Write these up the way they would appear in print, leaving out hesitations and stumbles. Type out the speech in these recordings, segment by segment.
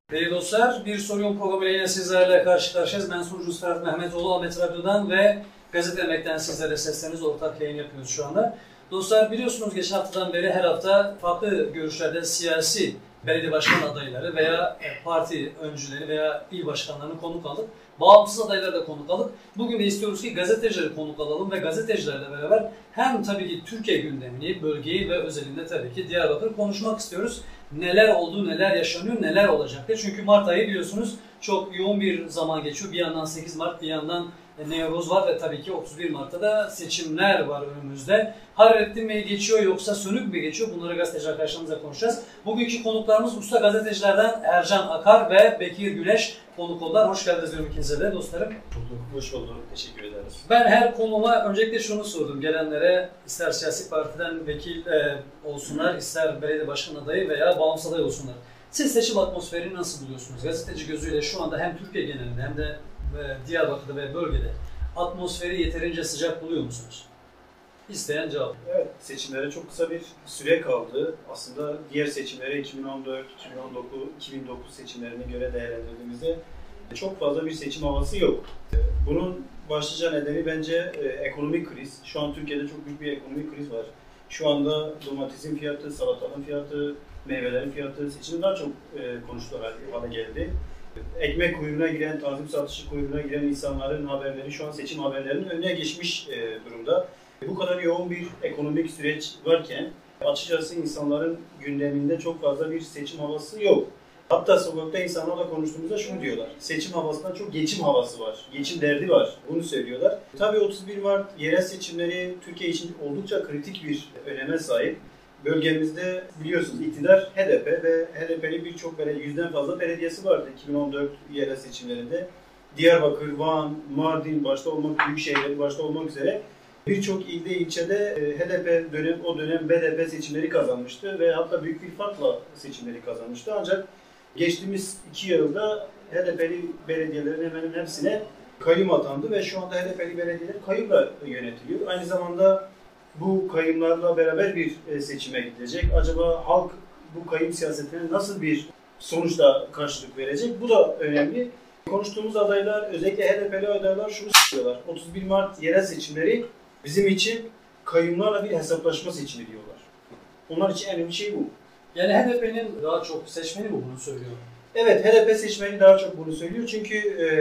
Değerli dostlar, bir sorun programıyla yine sizlerle karşı karşıyayız. Ben sunucunuz Ferhat Mehmetoğlu, Ahmet Radyo'dan ve Gazete Emek'ten sizlere sesleniyoruz. Ortak yayın yapıyoruz şu anda. Dostlar, biliyorsunuz geçen haftadan beri her hafta farklı görüşlerde siyasi belediye başkan adayları veya parti öncüleri veya il başkanlarını konuk aldık. Bağımsız adayları da konuk aldık. Bugün de istiyoruz ki gazetecileri konuk alalım ve gazetecilerle beraber hem tabii ki Türkiye gündemini, bölgeyi ve özelinde tabii ki Diyarbakır konuşmak istiyoruz. Neler oldu, neler yaşanıyor, neler olacak diye. Çünkü Mart ayı biliyorsunuz çok yoğun bir zaman geçiyor. Bir yandan 8 Mart, bir yandan Nevruz var ve tabii ki 31 Mart'ta da seçimler var önümüzde. Hararetli mi geçiyor yoksa sönük mü geçiyor? Bunları gazeteci arkadaşlarımızla konuşacağız. Bugünkü konuklarımız usta gazetecilerden Ercan Akar ve Bekir Güleş konuk oldular. Hoş geldiniz diyorum ikinize de dostlarım. Hoş bulduk. Teşekkür ederiz. Ben her konuma öncelikle şunu sordum gelenlere, ister siyasi partiden vekil olsunlar, ister belediye başkan adayı veya bağımsız aday olsunlar. Siz seçim atmosferini nasıl buluyorsunuz? Gazeteci gözüyle şu anda hem Türkiye genelinde hem de Diyarbakır'da ve bölgede atmosferi yeterince sıcak buluyor musunuz? İsteyen cevap. Evet, seçimlere çok kısa bir süre kaldı. Aslında diğer seçimlere 2014, 2019, 2009 seçimlerine göre değerlendirdiğimizde çok fazla bir seçim havası yok. Bunun başlıca nedeni bence ekonomik kriz. Şu an Türkiye'de çok büyük bir ekonomik kriz var. Şu anda domatesin fiyatı, salatanın fiyatı, meyvelerin fiyatı seçimde daha çok konuşulur hale geldi. Ekmek kuyruğuna giren, tanzim satışı kuyruğuna giren insanların haberleri şu an seçim haberlerinin önüne geçmiş durumda. Bu kadar yoğun bir ekonomik süreç varken açıkçası insanların gündeminde çok fazla bir seçim havası yok. Hatta sokakta insanlarla konuştuğumuzda şunu diyorlar. Seçim havasından çok geçim havası var. Geçim derdi var. Bunu söylüyorlar. Tabii 31 Mart yerel seçimleri Türkiye için oldukça kritik bir öneme sahip. Bölgemizde biliyorsunuz iktidar HDP ve HDP'nin birçok yüzden fazla belediyesi vardı 2014 yerel seçimlerinde. Diyarbakır, Van, Mardin başta olmak, büyük şehirleri başta olmak üzere birçok ilde, ilçede HDP o dönem BDP seçimleri kazanmıştı ve hatta büyük bir farkla seçimleri kazanmıştı. Ancak geçtiğimiz 2 yılda HDP'li belediyelerin hemen hepsine kayyum atandı ve şu anda HDP'li belediyeler kayyumla yönetiliyor. Aynı zamanda bu kayyumlarla beraber bir seçime gidilecek. Acaba halk bu kayyum siyasetine nasıl bir sonuçla karşılık verecek? Bu da önemli. Konuştuğumuz adaylar, özellikle HDP'li adaylar şunu söylüyorlar. 31 Mart yerel seçimleri bizim için kayyumlarla bir hesaplaşma seçimi diyorlar. Onlar için en önemli şey bu. Yani HDP'nin daha çok seçmeni mi bunu söylüyor? Evet, HDP seçmeni daha çok bunu söylüyor. Çünkü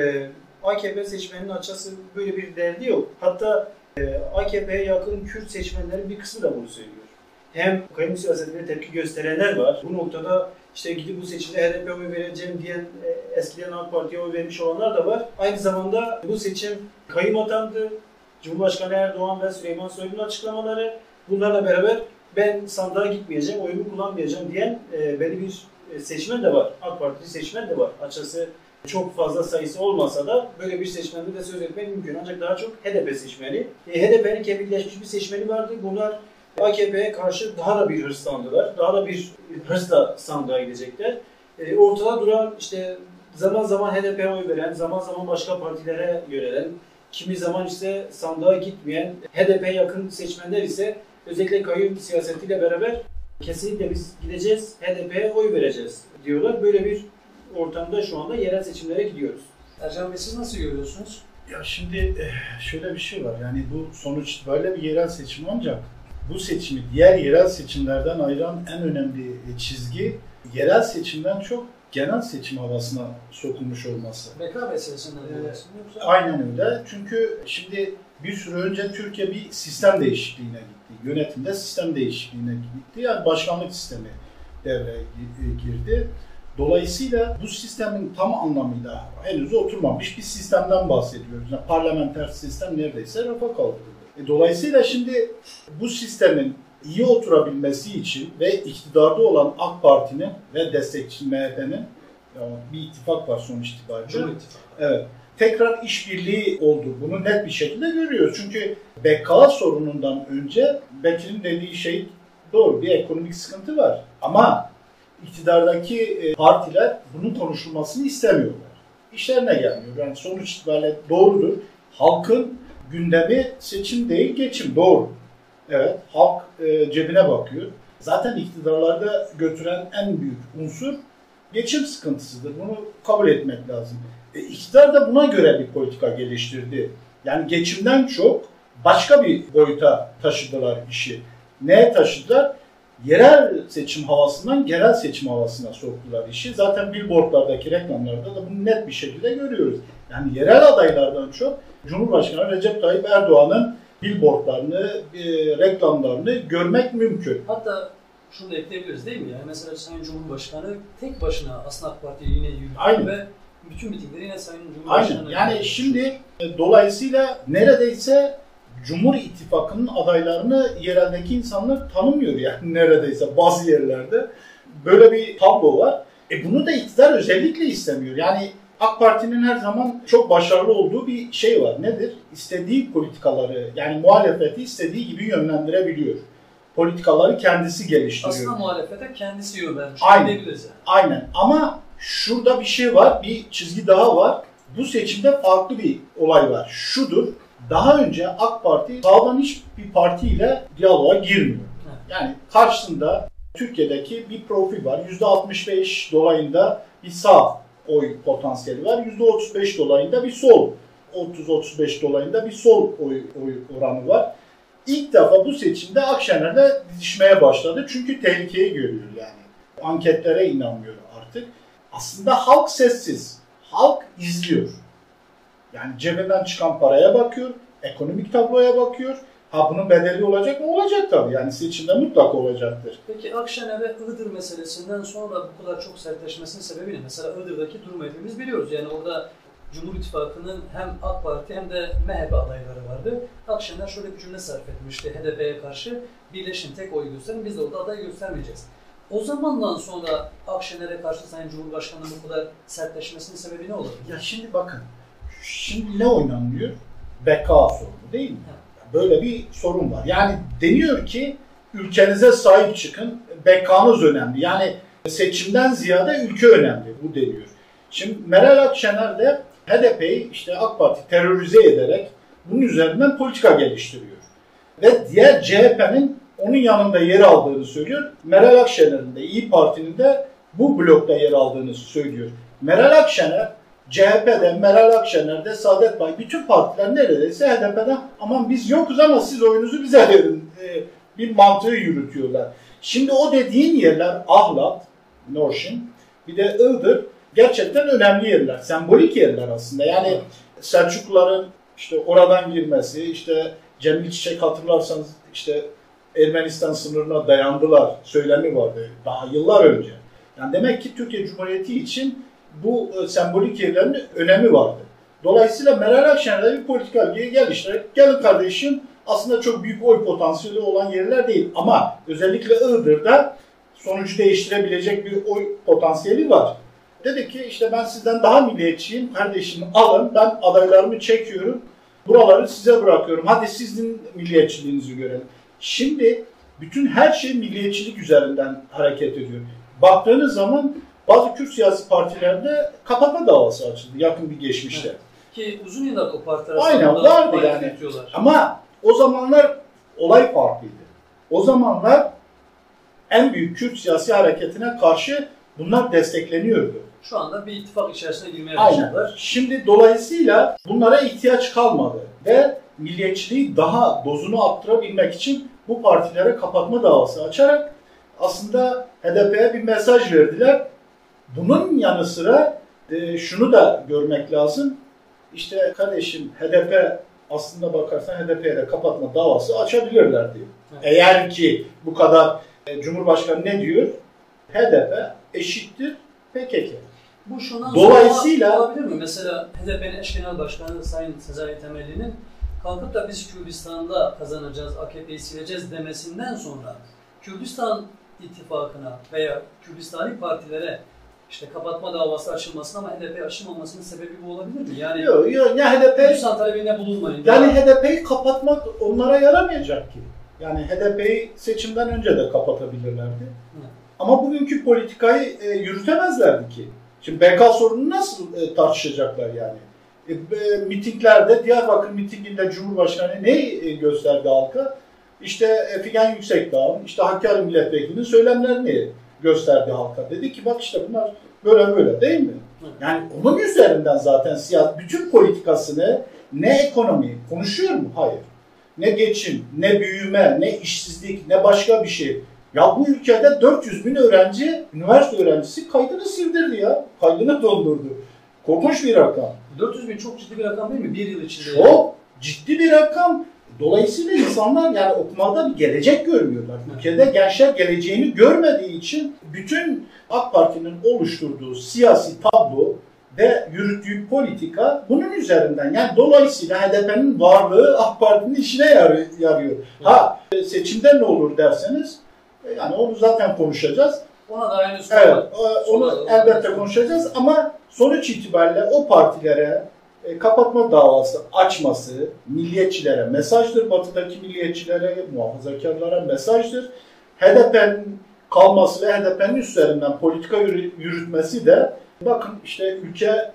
AKP seçmeninin açıkçası böyle bir derdi yok. Hatta AKP'ye yakın Kürt seçmenlerin bir kısmı da bunu söylüyor. Hem kayyum siyasetine tepki gösterenler var. Bu noktada işte gidip bu seçimde HDP'ye oy vereceğim diyen eskiden AK Parti'ye oy vermiş olanlar da var. Aynı zamanda bu seçim kayyum atandı. Cumhurbaşkanı Erdoğan ve Süleyman Soylu'nun açıklamaları, bunlarla beraber ben sandığa gitmeyeceğim, oyumu kullanmayacağım diyen belli bir seçmen de var. AK Partili seçmen de var. Açıkçası çok fazla sayısı olmasa da böyle bir seçmende de söz etmek mümkün. Ancak daha çok HDP seçmeni. HDP'nin kemikleşmiş bir seçmeni vardı. Bunlar AKP'ye karşı daha da bir hırslandılar. Daha da bir hırsla sandığa gidecekler. Ortada duran işte zaman zaman HDP'ye oy veren, zaman zaman başka partilere yönelen, kimi zaman ise sandığa gitmeyen HDP'ye yakın seçmenler ise özellikle kayyum siyasetiyle beraber kesinlikle biz gideceğiz, HDP'ye oy vereceğiz diyorlar. Böyle bir ortamda şu anda yerel seçimlere gidiyoruz. Ercan Bey, siz nasıl görüyorsunuz? Ya şimdi şöyle bir şey var. Yani bu sonuç itibariyle bir yerel seçim, ancak bu seçimi diğer yerel seçimlerden ayıran en önemli çizgi yerel seçimden çok genel seçim havasına sokulmuş olması. Beka meselesinden yoksa? Aynen öyle. Çünkü şimdi bir süre önce Türkiye bir sistem değişikliğine gitti. Yönetimde sistem değişikliğine gitti. Yani başkanlık sistemi devreye girdi. Dolayısıyla bu sistemin tam anlamıyla henüz oturmamış bir sistemden bahsediyoruz. Yani parlamenter sistem neredeyse rafa kaldırıldı. Dolayısıyla şimdi bu sistemin iyi oturabilmesi için ve iktidarda olan AK Parti'nin ve destekçi MHP'nin, bir ittifak var sonuç itibariyle. Cumhur İttifakı. Evet. Tekrar işbirliği oldu. Bunu net bir şekilde görüyoruz. Çünkü BK sorunundan önce Bekir'in dediği şey doğru. Bir ekonomik sıkıntı var. Ama iktidardaki partiler bunun konuşulmasını istemiyorlar. İşlerine gelmiyor. Yani sonuç itibariyle doğrudur. Halkın gündemi seçim değil, geçim. Doğru. Evet, halk cebine bakıyor. Zaten iktidarlarda götüren en büyük unsur geçim sıkıntısıdır. Bunu kabul etmek lazım. İktidar da buna göre bir politika geliştirdi. Yani geçimden çok başka bir boyuta taşıdılar işi. Neye taşıdılar? Yerel seçim havasından genel seçim havasına soktular işi. Zaten billboardlardaki reklamlarda da bunu net bir şekilde görüyoruz. Yani yerel adaylardan çok Cumhurbaşkanı Recep Tayyip Erdoğan'ın billboardlarını, reklamlarını görmek mümkün. Hatta şunu da ekleyebiliriz değil mi? Yani mesela Sayın Cumhurbaşkanı tek başına aslında AK Parti'yi yine yürütüyor ve bütün mitingleri yine Sayın Cumhurbaşkanı. Aynen. Yani şimdi dolayısıyla neredeyse Cumhur İttifakı'nın adaylarını yereldeki insanlar tanımıyor yani neredeyse bazı yerlerde. Böyle bir tablo var. Bunu da iktidar özellikle istemiyor. Yani AK Parti'nin her zaman çok başarılı olduğu bir şey var. Nedir? İstediği politikaları, yani muhalefeti istediği gibi yönlendirebiliyor. Politikaları kendisi geliştiriyor. Aslında muhalefete kendisi yönlendirmiş. Aynen. Aynen. Ama şurada bir şey var, bir çizgi daha var. Bu seçimde farklı bir olay var. Şudur, daha önce AK Parti sağdan hiçbir partiyle diyaloğa girmiyor. Yani karşısında Türkiye'deki bir profil var. %65 dolayında bir sağ oy potansiyeli var. %35 dolayında bir sol, 30-35 dolayında bir sol oy oranı var. İlk defa bu seçimde Akşener'le dizişmeye başladı. Çünkü tehlikeyi görüyor yani. Anketlere inanmıyor artık. Aslında halk sessiz. Halk izliyor. Yani cebinden çıkan paraya bakıyor, ekonomik tabloya bakıyor. Ha bunun bedeli olacak mı? Olacak tabii. Yani seçimde mutlaka olacaktır. Peki Akşener ve Iğdır meselesinden sonra bu kadar çok sertleşmesinin sebebi ne? Mesela Iğdır'daki durumu hepimiz biliyoruz. Yani orada Cumhur İttifakı'nın hem AK Parti hem de MHP adayları vardı. Akşener şöyle bir cümle sarf etmişti. HDP'ye karşı birleşin, tek oy gösterin, biz de orada aday göstermeyeceğiz. O zamandan sonra Akşener'e karşı Sayın Cumhurbaşkanı'nın bu kadar sertleşmesinin sebebi ne olabilir? Ya şimdi bakın, şimdi ne oynanıyor? Beka sorunu değil mi? Böyle bir sorun var. Yani deniyor ki ülkenize sahip çıkın, bekanız önemli. Yani seçimden ziyade ülke önemli, bu deniyor. Şimdi Meral Akşener de HDP'yi işte AK Parti terörize ederek bunun üzerinden politika geliştiriyor. Ve diğer CHP'nin onun yanında yer aldığını söylüyor. Meral Akşener'in de İYİ Parti'nin de bu blokta yer aldığını söylüyor. Meral Akşener, CHP'de, Meral Akşener'de, Saadet Partisi, bütün partiler neredeyse HDP'den aman biz yokuz ama siz oyunuzu bize verin bir mantığı yürütüyorlar. Şimdi o dediğin yerler Ahlat, Norşin, bir de Iğdır gerçekten önemli yerler, sembolik yerler aslında. Yani Selçukluların işte oradan girmesi, işte Cemil Çiçek hatırlarsanız işte Ermenistan sınırına dayandılar söylemi vardı daha yıllar önce. Yani demek ki Türkiye Cumhuriyeti için bu sembolik yerlerin önemi vardı. Dolayısıyla Meral Akşener'de bir politika geliştirerek gelin kardeşim aslında çok büyük oy potansiyeli olan yerler değil. Ama özellikle Iğdır'da sonucu değiştirebilecek bir oy potansiyeli var. Dedi ki işte ben sizden daha milliyetçiyim kardeşim alın ben adaylarımı çekiyorum. Buraları size bırakıyorum. Hadi sizin milliyetçiliğinizi görelim. Şimdi bütün her şey milliyetçilik üzerinden hareket ediyor. Baktığınız zaman bazı Kürt siyasi partilerde kapatma davası açıldı yakın bir geçmişte. Evet. Ki uzun yıllar o partiler aynen vardı yani. Ama o zamanlar olay farklıydı. O zamanlar en büyük Kürt siyasi hareketine karşı bunlar destekleniyordu. Şu anda bir ittifak içerisine girmeye başladılar. Aynen. Şimdi dolayısıyla bunlara ihtiyaç kalmadı ve milliyetçiliği daha dozunu arttırabilmek için bu partilere kapatma davası açarak aslında HDP'ye bir mesaj verdiler. Bunun yanı sıra şunu da görmek lazım. İşte kardeşim HDP aslında bakarsan HDP'ye de kapatma davası açabilirler diyor. Evet. Eğer ki bu kadar Cumhurbaşkanı ne diyor? HDP eşittir PKK. Bu şundan dolayısıyla olabilir mi? Mesela HDP'nin eş genel başkanı Sayın Sezai Temelli'nin kalkıp da biz Kürdistan'da kazanacağız, AKP'yi sileceğiz demesinden sonra Kürdistan ittifakına veya Kürdistani partilere işte kapatma davası açılmasına ama HDP açılmamasının sebebi bu olabilir mi? Yani yok ya HDP Kürdistan talebinde bulunmayın. Yani HDP'yi kapatmak onlara yaramayacak ki. Yani HDP'yi seçimden önce de kapatabilirlerdi. Hı. Ama bugünkü politikayı yürütemezlerdi ki. Şimdi BK sorununu nasıl tartışacaklar yani? Mitinglerde, Diyarbakır mitinginde Cumhurbaşkanı ne gösterdi halka? İşte Figen Yüksekdağ'ın, işte Hakkari Milletvekili'nin söylemlerini gösterdi halka. Dedi ki bak işte bunlar böyle değil mi? Yani onun üzerinden zaten siyaset bütün politikasını ne ekonomi konuşuyor mu? Hayır. Ne geçim, ne büyüme, ne işsizlik, ne başka bir şey. Ya bu ülkede 400 bin öğrenci, üniversite öğrencisi kaydını sildirdi ya. Kaydını doldurdu. Korkunç bir rakam. 400 bin çok ciddi bir rakam değil mi? Bir yıl içinde. Çok ciddi bir rakam. Dolayısıyla insanlar yani okumada bir gelecek görmüyorlar. Ülkede gençler geleceğini görmediği için bütün AK Parti'nin oluşturduğu siyasi tablo ve yürüttüğü politika bunun üzerinden. Yani dolayısıyla HDP'nin varlığı AK Parti'nin işine yarıyor. Ha seçimde ne olur derseniz yani onu zaten konuşacağız. Ona da henüz evet, onu elbette konuşacağız ama sonuç itibariyle o partilere kapatma davası açması milliyetçilere mesajdır. Batı'daki milliyetçilere, muhafazakarlara mesajdır. HDP'nin kalması ve HDP'nin üzerinden politika yürütmesi de bakın işte ülke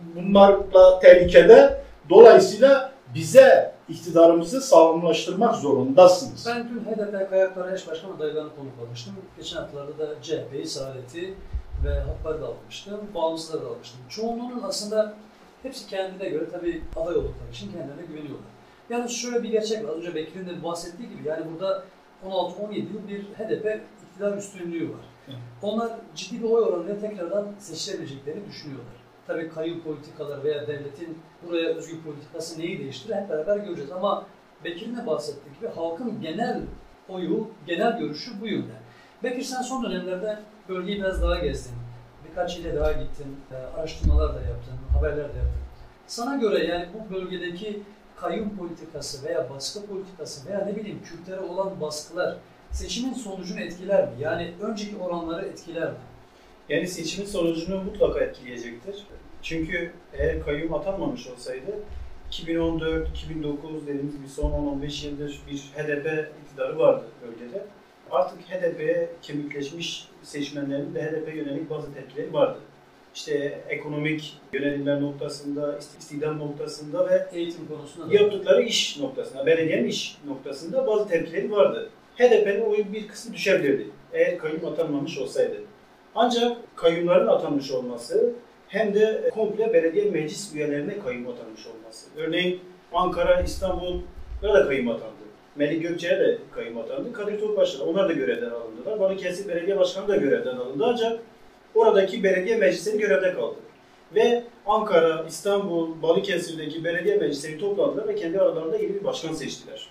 bunlarla tehlikede. Dolayısıyla bize iktidarımızı sağlamlaştırmak zorundasınız. Ben dün HDP Kayaklara Eş Başkanı adaylarını konuk almıştım. Geçen haftalarda da CHP'yi, Saadet'i ve Hakpar'ı da almıştım. Bağımsızları da almıştım. Çoğunluğunun aslında hepsi kendine göre tabii aday oldukları için kendilerine güveniyorlar. Yani şöyle bir gerçek var. Az önce Bekir'in de bahsettiği gibi yani burada 16-17 yıl bir HDP iktidar üstünlüğü var. Onlar ciddi bir oy oranıyla tekrardan seçilebileceklerini düşünüyorlar. Tabii kayyum politikalar veya devletin buraya özgü politikası neyi değiştirir hep beraber göreceğiz. Ama Bekir'in de bahsettiği gibi halkın genel oyu, genel görüşü bu yönde. Bekir sen son dönemlerde bölgeyi biraz daha gezdin. Birkaç ile daha gittin, araştırmalar da yaptın, haberler de yaptın. Sana göre yani bu bölgedeki kayyum politikası veya baskı politikası veya ne bileyim Kürtlere olan baskılar seçimin sonucunu etkiler mi? Yani önceki oranları etkiler mi? Yani seçimin sonucunu mutlaka etkileyecektir. Çünkü eğer kayyum atanmamış olsaydı 2014-2009 dediğimiz gibi son 10-15 yıldır bir HDP iktidarı vardı bölgede. Artık HDP'ye kemikleşmiş seçmenlerin de HDP'ye yönelik bazı tepkileri vardı. İşte ekonomik yönelimler noktasında, istihdam noktasında ve eğitim konusunda yaptıkları iş noktasında, belediyenin iş noktasında bazı tepkileri vardı. HDP'nin oyu bir kısmı düşebilirdi eğer kayyum atanmamış olsaydı. Ancak kayyumların atanmış olması hem de komple belediye meclis üyelerine kayyum atanmış olması. Örneğin Ankara, İstanbul'a da kayyum atandı. Melik Gökçe'ye de kayyum atandı. Kadir Topbaş'la onlar da görevden alındılar. Balıkesir Belediye Başkanı da görevden alındı. Ancak oradaki belediye meclisleri görevde kaldı. Ve Ankara, İstanbul, Balıkesir'deki belediye meclisleri topladılar ve kendi aralarında yeni bir başkan seçtiler.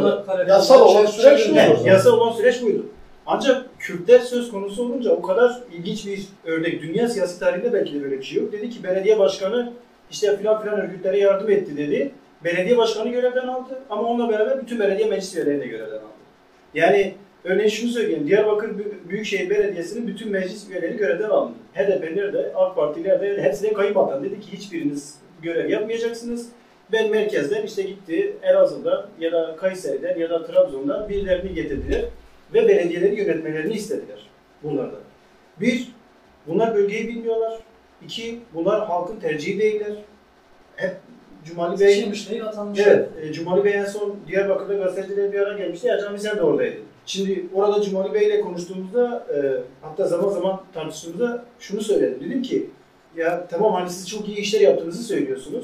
Yasal olan süreç buydu. Yasal olan süreç buydu. Ancak Kürtler söz konusu olunca o kadar ilginç bir örnek. Dünya siyasi tarihinde belki de böyle bir şey yok. Dedi ki belediye başkanı işte filan örgütlere yardım etti dedi. Belediye başkanı görevden aldı ama onunla beraber bütün belediye meclis üyeleri de görevden aldı. Yani örneğin şunu söyleyeyim. Diyarbakır Büyükşehir Belediyesi'nin bütün meclis üyeleri görevden alındı. HDP'liler de, AK Partililer de hepsine kayıp atan. Dedi ki hiçbiriniz görev yapmayacaksınız. Ben merkezden işte gitti Elazığ'dan ya da Kayseri'den ya da Trabzon'dan birilerini getirdiler. Ve belediyeleri yönetmelerini istediler bunlardan. Bir, bunlar bölgeyi bilmiyorlar. İki, bunlar halkın tercihi değiller. Hep Cumali Bey... Seçilmiş değil, atanmış. Evet, Cumali Bey en son Diyarbakır'da gazetecilere bir ara gelmişti. Ya Cami sen de oradaydın. Şimdi orada Cumali Bey ile konuştuğumuzda, hatta zaman zaman tartıştığımızda şunu söyledim. Dedim ki, ya tamam hani siz çok iyi işler yaptığınızı söylüyorsunuz.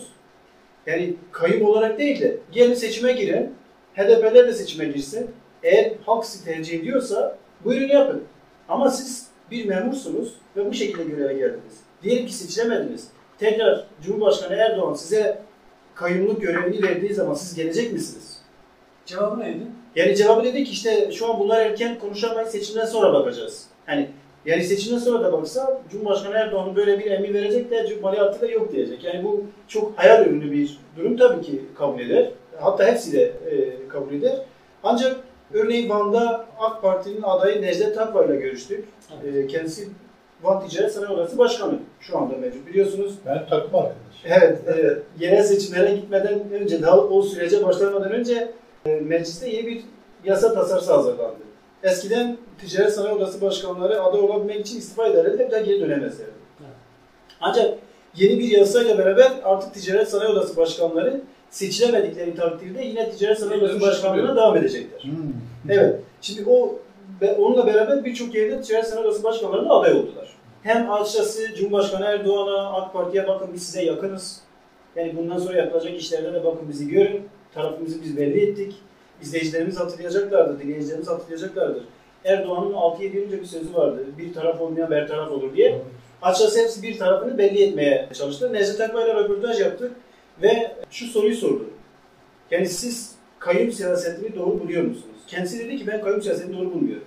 Yani kayyum olarak değil de, gelin seçime giren, HDP'ler de seçime girsin. Eğer halk sizi tercih ediyorsa buyurun yapın. Ama siz bir memursunuz ve bu şekilde göreve geldiniz. Diyelim ki seçilemediniz. Tekrar Cumhurbaşkanı Erdoğan size kayyumluk görevini verdiği zaman siz gelecek misiniz? Cevabı neydi? Yani cevabı dedi ki işte şu an bunlar erken konuşamayız, seçimden sonra bakacağız. Yani seçimden sonra da baksa Cumhurbaşkanı Erdoğan'ın böyle bir emir verecek de Cumhurbaşkanı artık yok diyecek. Yani bu çok hayal ürünü bir durum, tabii ki kabul eder. Hatta hepsi de kabul eder. Ancak örneğin Van'da AK Parti'nin adayı Necdet Takva ile görüştük. Evet. Kendisi Van Ticaret Sanayi Odası Başkanı şu anda mevcut biliyorsunuz. Ben takım arkadaşım. Evet, yerel seçimlere gitmeden önce, daha o sürece başlamadan önce mecliste yeni bir yasa tasarısı hazırlandı. Eskiden Ticaret Sanayi Odası Başkanları aday olabilmek için istifa ederlerdi, bir daha geri dönemezlerdi. Evet. Ancak yeni bir yasayla beraber artık Ticaret Sanayi Odası Başkanları seçilemedikleri takdirde yine Ticaret Sanayi Odası Başkanlığı'na devam edecekler. Evet. Şimdi onunla beraber birçok yerde Ticaret Sanayi Odası Başkanları'na aday oldular. Hem açıkçası Cumhurbaşkanı Erdoğan'a, AK Parti'ye bakın biz size yakınız. Yani bundan sonra yapılacak işlerde de bakın bizi görün. Tarafımızı biz belli ettik. İzleyicilerimiz hatırlayacaklardır, dinleyicilerimiz hatırlayacaklardır. Erdoğan'ın 6-7 yıl önce bir sözü vardı. Bir taraf olmayan bertaraf olur diye. Açıkçası hepsi bir tarafını belli etmeye çalıştı. Necdet Akbay'la röportaj yaptık ve şu soruyu sordu. Yani siz kayyum siyasetini doğru buluyor musunuz? Kendisi dedi ki ben kayyum siyasetini doğru bulmuyorum.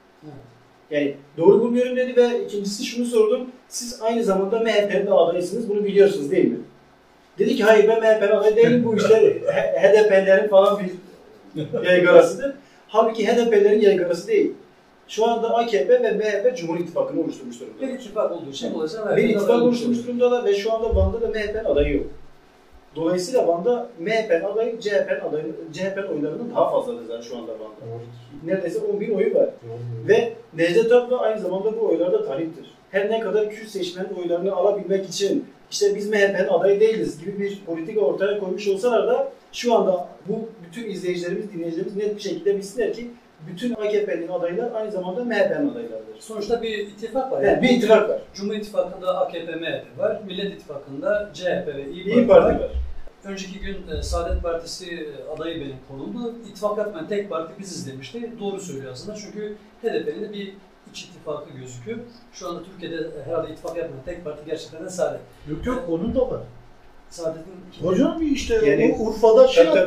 Yani doğru bulmuyorum dedi ve ikincisi şunu sordum. Siz aynı zamanda MHP'nin adaysınız, bunu biliyorsunuz değil mi? Dedi ki hayır ben MHP'nin adayı değilim, bu işte HDP'lerin falan bir yaygarasıdır. Halbuki HDP'lerin yaygarası değil. Şu anda AKP ve MHP Cumhur İttifakı'nı oluşturmuş durumda. Bir ittifak olduğu için dolayısıyla bir ittifak oluşturmuş durumdalar ve şu anda Van'da da MHP'nin adayı yok. Dolayısıyla Van'da MHP'nin adayı, CHP'nin oylarının daha fazladır zaten şu anda Van'da. Neredeyse 10.000 oyu var. Ve Necdet Akbağ aynı zamanda bu oylarda taliptir. Her ne kadar Kürt seçmenin oylarını alabilmek için işte biz MHP'nin adayı değiliz gibi bir politika ortaya koymuş olsalar da şu anda bu bütün izleyicilerimiz, dinleyicilerimiz net bir şekilde bilsinler ki bütün AKP'nin adaylar aynı zamanda MHP'nin adaylarıdır. Sonuçta bir ittifak var. Yani bir ittifak var. Cumhur İttifakı'nda AKP, MHP var. Millet İttifakı'nda CHP ve İYİ Parti var. Önceki gün Saadet Partisi adayı benim konumdu. İttifak yapmayan tek parti biziz demişti. Doğru söylüyor aslında çünkü HDP'nin de bir iç ittifakı gözüküyor. Şu anda Türkiye'de herhalde ittifak yapmayan tek parti gerçekten de Saadet. Yok onun da var. Saadet'in... Hocam işte yani, Urfa'da şey yaptı.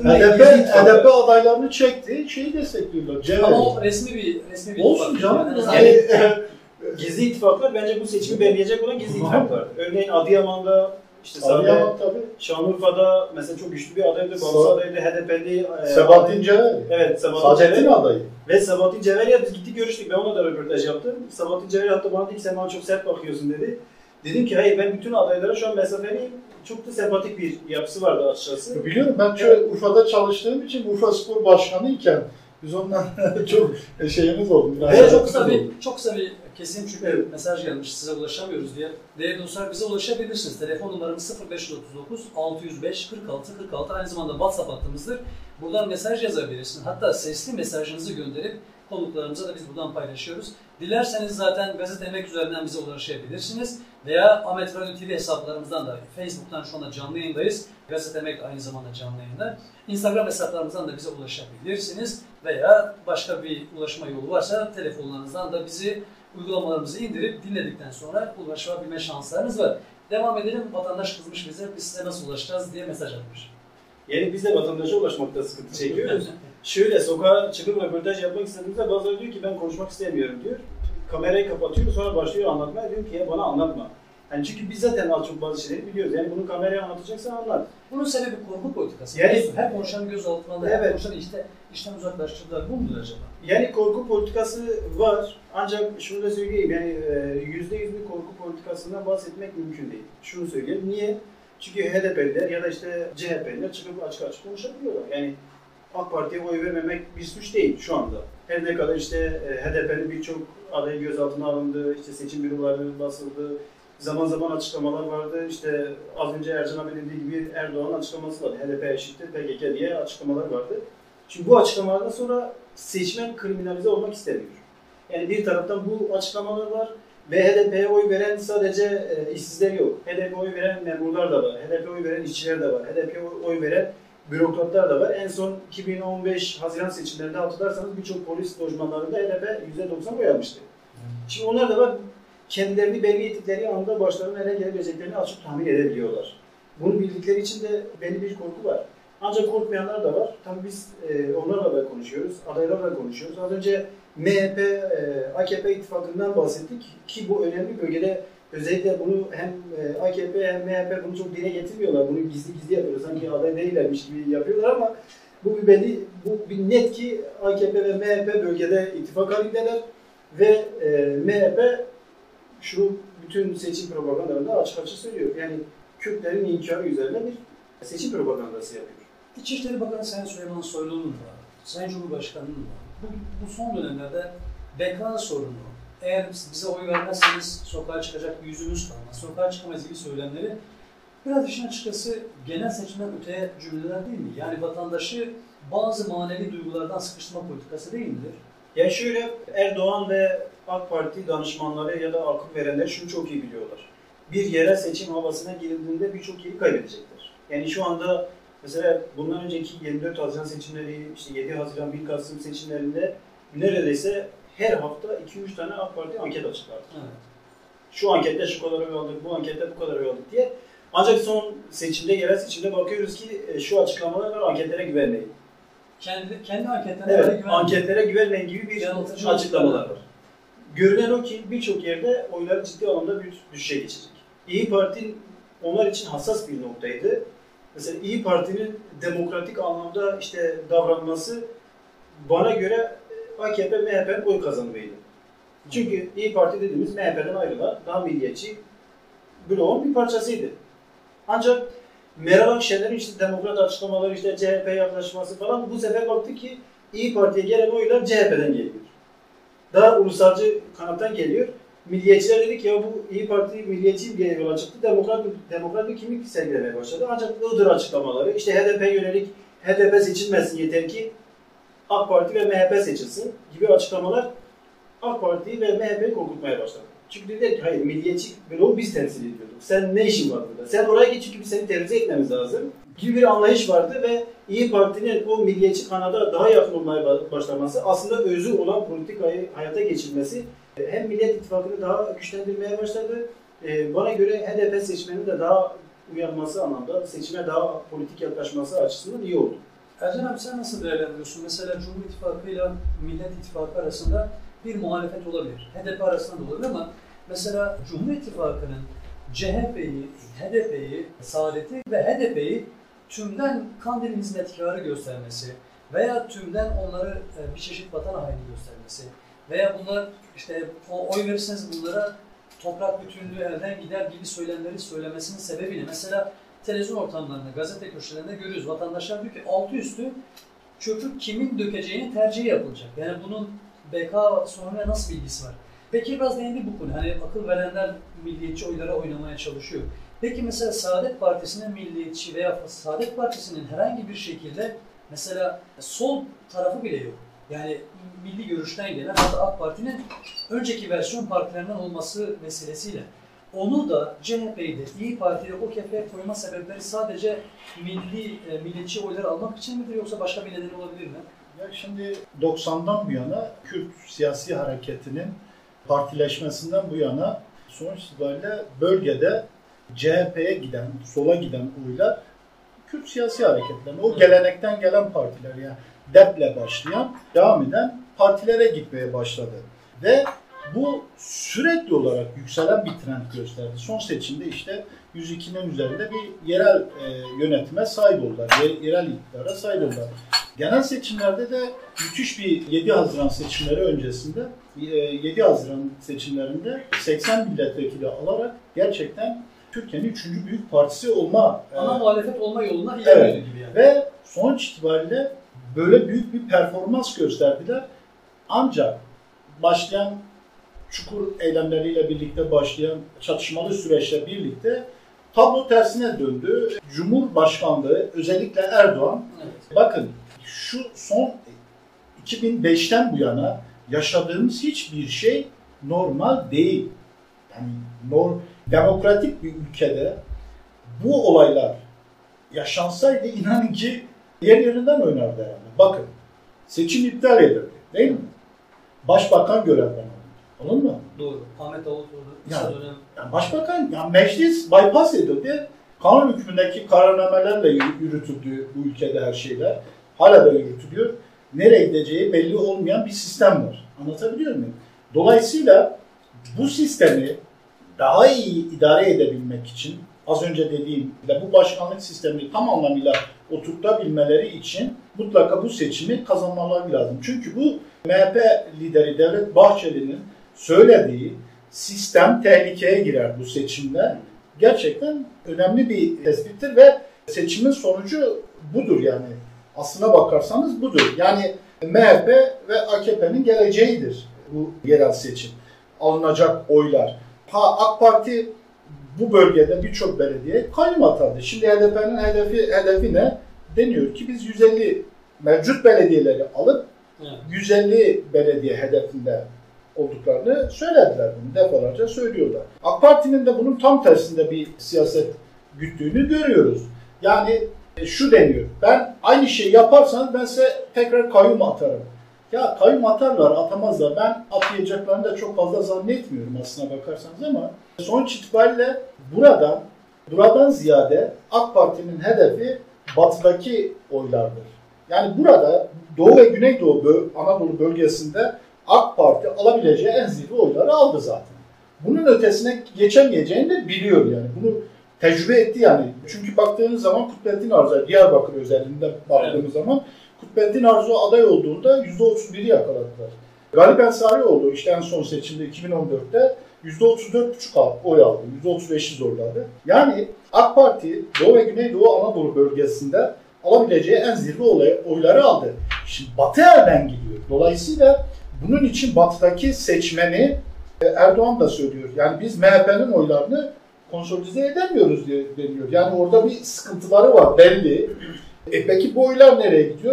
HDP adaylarını çekti, şeyi destekliyorlar. Ama o resmi bir olsun canım. Yani, gizli ittifaklar bence bu seçimi belirleyecek olan gizli ittifaklar. Örneğin Adıyaman'da, işte Şanlıurfa'da mesela çok güçlü bir adaydı, bağımsız adaydı, HDP'li Sabahattin Cevher. Evet, Saadet'in adayı. Ve Sabahattin Cevher'le biz gittik görüştük. Ben ona da röportaj yaptım. Sabahattin Cevher hatta bana dedi ki sen bana çok sert bakıyorsun dedi. Dedim ki hayır ben bütün adaylara şu an mesafeliyim. Çok da sempatik bir yapısı vardı açıkçası. Biliyorum ben Urfa'da çalıştığım için Urfa Spor Başkanı iken biz ondan çok şeyimiz oldu. Evet, çok kısa bir kesim çünkü mesaj gelmiş size ulaşamıyoruz diye. Değerli dostlar bize ulaşabilirsiniz. Telefon numaramız 0539 605 46 46 aynı zamanda WhatsApp hattımızdır. Buradan mesaj yazabilirsiniz. Hatta sesli mesajınızı gönderip konuklarımıza da biz buradan paylaşıyoruz. Dilerseniz zaten Gazete Emek üzerinden bize ulaşabilirsiniz. Veya Ahmet Radyo TV hesaplarımızdan da Facebook'tan şu anda canlı yayındayız. Gazete Emek aynı zamanda canlı yayında. Instagram hesaplarımızdan da bize ulaşabilirsiniz. Veya başka bir ulaşma yolu varsa telefonlarınızdan da bizi uygulamalarımızı indirip dinledikten sonra ulaşabilme şanslarınız var. Devam edelim. Vatandaş kızmış bize. Biz size nasıl ulaşacağız diye mesaj atmış. Yani biz de vatandaşa ulaşmakta sıkıntı çekiyoruz. Şöyle sokağa çıkıp röportaj yapmak istediğimizde bazıları diyor ki ben konuşmak istemiyorum diyor. Kamerayı kapatıyor sonra başlıyor anlatmaya diyor ki ya bana anlatma. Yani çünkü biz zaten az çok bazı şeyleri biliyoruz. Yani bunu kameraya anlatacaksan anlat. Bunun sebebi korku politikası. Yani, her konuşan göz altına da her konuşan işten uzaklaştırdılar. Bu mudur acaba? Yani korku politikası var. Ancak şunu da söyleyeyim yani %100 bir korku politikasından bahsetmek mümkün değil. Şunu söyleyeyim. Niye? Çünkü HDP'liler ya da işte CHP'liler çıkıp açık açık konuşabiliyorlar. Yani AK Parti'ye oy vermemek bir suç değil şu anda. Her ne kadar işte HDP'nin birçok adayı gözaltına alındı, işte seçim büroları basıldı, zaman zaman açıklamalar vardı. İşte az önce Ercan abi dediği gibi Erdoğan'ın açıklaması vardı. HDP eşittir PKK diye açıklamalar vardı. Şimdi bu açıklamalardan sonra seçmen kriminalize olmak istemiyor. Yani bir taraftan bu açıklamalar var ve HDP'ye oy veren sadece işsizler yok. HDP'ye oy veren memurlar da var. HDP'ye oy veren işçiler de var. HDP'ye oy veren bürokratlar da var. En son 2015 Haziran seçimlerinde hatırlarsanız birçok polis lojmanlarında HDP %90 oy almıştı. Şimdi onlar da var. Kendilerini belli ettikleri anda başlarına nereye gelebileceklerini açık tahmin edebiliyorlar. Bunu bildikleri için de belli bir korku var. Ancak korkmayanlar da var. Tabii biz onlarla da konuşuyoruz, adaylarla konuşuyoruz. Az önce MHP, AKP ittifakından bahsettik ki bu önemli bölgede özellikle bunu hem AKP hem MHP bunu çok dile getirmiyorlar. Bunu gizli gizli yapıyorlar. Sanki aday değillermiş gibi yapıyorlar ama bu bir net ki AKP ve MHP bölgede ittifak halindeler ve MHP şu bütün seçim propagandalarında açık açık söylüyor. Yani Kürtlerin inkarı üzerine bir seçim propagandası yapıyor. İçişleri Bakanı Sayın Süleyman Soylu'nun da, Sayın Cumhurbaşkanı'nın da bu son dönemlerde bekar sorunu, eğer bize oy vermezseniz sokağa çıkacak bir yüzümüz kalmaz, sokağa çıkamayız gibi söylemleri biraz işin açıkçası genel seçimden öteye cümleler değil mi? Yani vatandaşı bazı manevi duygulardan sıkıştırma politikası değil midir? Yani şöyle Erdoğan ve AK Parti danışmanları ya da akıl verenler şunu çok iyi biliyorlar. Bir yerel seçim havasına girildiğinde birçok yeri kaybedecekler. Yani şu anda mesela bundan önceki 24 Haziran seçimleri, işte 7 Haziran 1 Kasım seçimlerinde neredeyse her hafta 2-3 tane AK Parti anket açıklardı. Evet. Şu ankette şu kadar oy aldık, bu ankette bu kadar oy aldık diye. Ancak son seçimde, yerel seçimde bakıyoruz ki şu açıklamalar var, anketlere güvenmeyin. Kendi anketlerine evet, anketlere güvenmeyin gibi bir açıklamalar var. Görünen o ki birçok yerde oyları ciddi anlamda bir düşüşe geçecek. İYİ Parti onlar için hassas bir noktaydı. Mesela İYİ Parti'nin demokratik anlamda işte davranması bana göre AKP, MHP'nin oy kazanmaydı. Çünkü İYİ Parti dediğimiz MHP'den ayrılan daha milliyetçi bloğun bir parçasıydı. Ancak Meral Akşener'in işte demokrat açıklamaları, işte CHP yaklaşması falan bu sefer baktı ki İYİ Parti'ye gelen oylar CHP'den geliyor. Daha ulusalcı kanattan geliyor. Milliyetçiler dedik ya bu İYİ Parti milliyetçi bir yola çıktı. Demokrat bir kimlik sergilemeye başladı. Ancak Iğdır açıklamaları, işte HDP yönelik HDP seçilmesin yeter ki AK Parti ve MHP seçilsin gibi açıklamalar AK Parti ve MHP'yi korkutmaya başladı. Çünkü dediler ki hayır milliyetçi bloğu biz temsil ediyorduk. Sen ne işin var burada? Sen oraya git çünkü biz seni temsil etmemiz lazım gibi bir anlayış vardı ve İYİ Parti'nin o milliyetçi kanada daha yakın olmaya başlaması aslında özü olan politikayı hayata geçirmesi hem Millet İttifakı'nı daha güçlendirmeye başladı. Bana göre HDP seçmenin de daha uyanması anlamda seçime daha politik yaklaşması açısından iyi oldu. Ercan abi sen nasıl değerlendiriyorsun? Mesela Cumhur İttifakı ile Millet İttifakı arasında bir muhalefet olabilir. HDP arasında da olabilir ama mesela Cumhur İttifakı'nın CHP'yi, HDP'yi, Saadet'i ve HDP'yi tümden Kandil hizmetkarı göstermesi veya tümden onları bir çeşit vatan haini göstermesi veya bunlar işte oy verirseniz bunlara toprak bütünlüğü elden gider gibi söylemleri söylemesinin sebebi ne? Mesela televizyon ortamlarında, gazete köşelerinde görüyoruz. Vatandaşlar diyor ki altı üstü köprü kimin dökeceğini tercih yapılacak. Yani bunun BK sorunuyla nasıl bir ilgisi var? Peki biraz değindi bu konu. Hani akıl verenler milliyetçi oylara oynamaya çalışıyor. Peki mesela Saadet Partisi'nin milliyetçi veya Saadet Partisi'nin herhangi bir şekilde mesela sol tarafı bile yok. Yani milli görüşten gelen hatta AK Parti'nin önceki versiyon partilerinden olması vesilesiyle onu da CHP'yi de İYİ Parti'yi de o kefeye koyma sebepleri sadece milliyetçi oyları almak için midir yoksa başka bir nedeni olabilir mi? Ya şimdi 90'dan bu yana Kürt siyasi hareketinin partileşmesinden bu yana sonuç itibariyle bölgede CHP'ye giden, sola giden oylar Kürt siyasi hareketlerine, o gelenekten gelen partiler yani DEP'le başlayan, devam eden partilere gitmeye başladı. Ve bu sürekli olarak yükselen bir trend gösterdi. Son seçimde işte 102'nin üzerinde bir yerel yönetime sahip oldular, yerel iktidara sahip oldular. Genel seçimlerde de müthiş bir 7 Haziran seçimleri öncesinde 7 Haziran seçimlerinde 80 milletvekili alarak gerçekten Türkiye'nin 3. büyük partisi olma ana muhalefet olma yoluna ilerliyordu evet, gibi yani. Ve sonuç itibariyle böyle büyük bir performans gösterdiler. Ancak başlayan çukur eylemleriyle birlikte başlayan çatışmalı süreçle birlikte tablo tersine döndü. Cumhurbaşkanlığı özellikle Erdoğan bakın şu son 2005'ten bu yana yaşadığımız hiçbir şey normal değil. Yani demokratik bir ülkede bu olaylar yaşansaydı inanın ki yerinden oynardı yani. Bakın seçim iptal edildi değil mi? Başbakan görevden alındı. Anladın mı? Doğru. Ahmet Davutoğlu yani başbakan meclis bypass edildi. Kanun hükmündeki kararnamelerle yürütüldü bu ülkede her şeyler. Hala da yürütülüyor. Nereye gideceği belli olmayan bir sistem var. Anlatabiliyor muyum? Dolayısıyla bu sistemi daha iyi idare edebilmek için az önce dediğim bu başkanlık sistemini tam anlamıyla oturtabilmeleri için mutlaka bu seçimi kazanmaları lazım. Çünkü bu MHP lideri Devlet Bahçeli'nin söylediği sistem tehlikeye girer bu seçimde. Gerçekten önemli bir tespittir ve seçimin sonucu budur yani. Aslına bakarsanız budur. Yani MHP ve AKP'nin geleceğidir bu yerel seçim. Alınacak oylar. AK Parti bu bölgede birçok belediye kayyum atadı. Şimdi HDP'nin hedefi ne? Deniyor ki biz 150 mevcut belediyeleri alıp 150 belediye hedefinde olduklarını söylediler, bunu defalarca söylüyorlar. AK Parti'nin de bunun tam tersinde bir siyaset güttüğünü görüyoruz. Yani şu deniyor, ben aynı şeyi yaparsanız ben size tekrar kayyum atarım. Ya kayyum atarlar, atamazlar. Ben atayacaklarını da çok fazla zannetmiyorum aslına bakarsanız ama sonuç itibariyle buradan ziyade AK Parti'nin hedefi batıdaki oylardır. Yani burada Doğu ve Güneydoğu Anadolu bölgesinde AK Parti alabileceği en zirve oyları aldı zaten. Bunun ötesine geçemeyeceğini de biliyor yani. Bunu tecrübe etti yani. Çünkü baktığınız zaman Kutbettin Arzu, Diyarbakır özelliğinde baktığımız zaman Kutbettin Arzu aday olduğunda %31'i yakaladılar. Galip Ensarioğlu işte en son seçimde 2014'te %34,5 oy aldı. %35'i zorladı. Yani AK Parti Doğu ve Güneydoğu Anadolu bölgesinde alabileceği en zirve oyları aldı. Şimdi Batı elden gidiyor. Dolayısıyla bunun için Batı'daki seçmeni Erdoğan da söylüyor. Yani biz MHP'nin oylarını konsolide edemiyoruz diye deniyor. Yani orada bir sıkıntıları var belli. Peki bu oylar nereye gidiyor?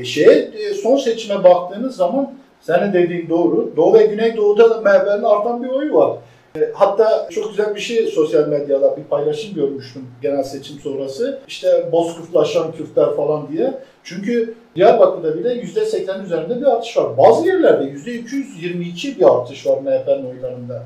Son seçime baktığınız zaman senin dediğin doğru. Doğu ve Güneydoğu'da da MHP'nin artan bir oyu var. Hatta çok güzel bir şey sosyal medyada bir paylaşım görmüştüm genel seçim sonrası. İşte bozkurtlaşan Kürtler falan diye. Çünkü Diyarbakır'da bile %80 üzerinde bir artış var. Bazı yerlerde %222 bir artış var MHP'nin oylarında.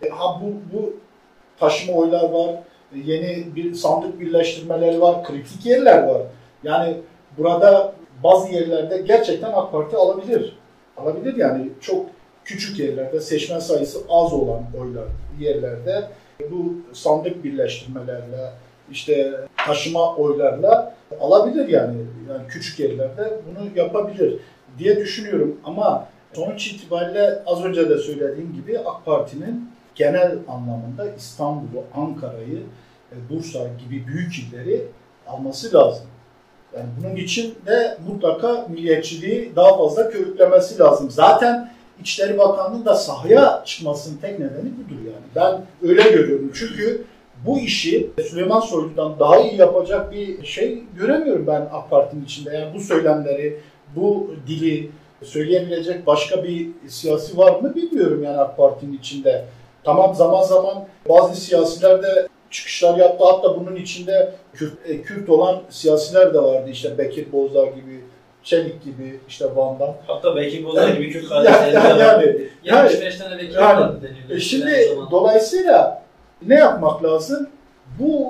Bu taşıma oylar var, yeni bir sandık birleştirmeleri var, kritik yerler var. Yani burada bazı yerlerde gerçekten AK Parti alabilir. Alabilir yani çok küçük yerlerde, seçmen sayısı az olan yerlerde bu sandık birleştirmelerle, işte taşıma oylarla alabilir yani küçük yerlerde bunu yapabilir diye düşünüyorum. Ama sonuç itibariyle az önce de söylediğim gibi AK Parti'nin genel anlamda İstanbul'u, Ankara'yı, Bursa gibi büyük illeri alması lazım. Yani bunun için de mutlaka milliyetçiliği daha fazla körüklemesi lazım. Zaten İçişleri Bakanlığı'nın da sahaya çıkmasının tek nedeni budur yani. Ben öyle görüyorum. Çünkü bu işi Süleyman Soylu'dan daha iyi yapacak bir şey göremiyorum ben AK Parti'nin içinde. Yani bu söylemleri, bu dili söyleyebilecek başka bir siyasi var mı bilmiyorum yani AK Parti'nin içinde. Tamam zaman zaman bazı siyasiler de çıkışlar yaptı. Hatta bunun içinde Kürt olan siyasiler de vardı. İşte Bekir Bozdağ gibi, Çelik gibi, işte Van'dan. Hatta Bekir Bozdağ gibi Kürt kardeşleri de var. 75 tane Bekir vardı deniliyor. Şimdi dolayısıyla ne yapmak lazım? Bu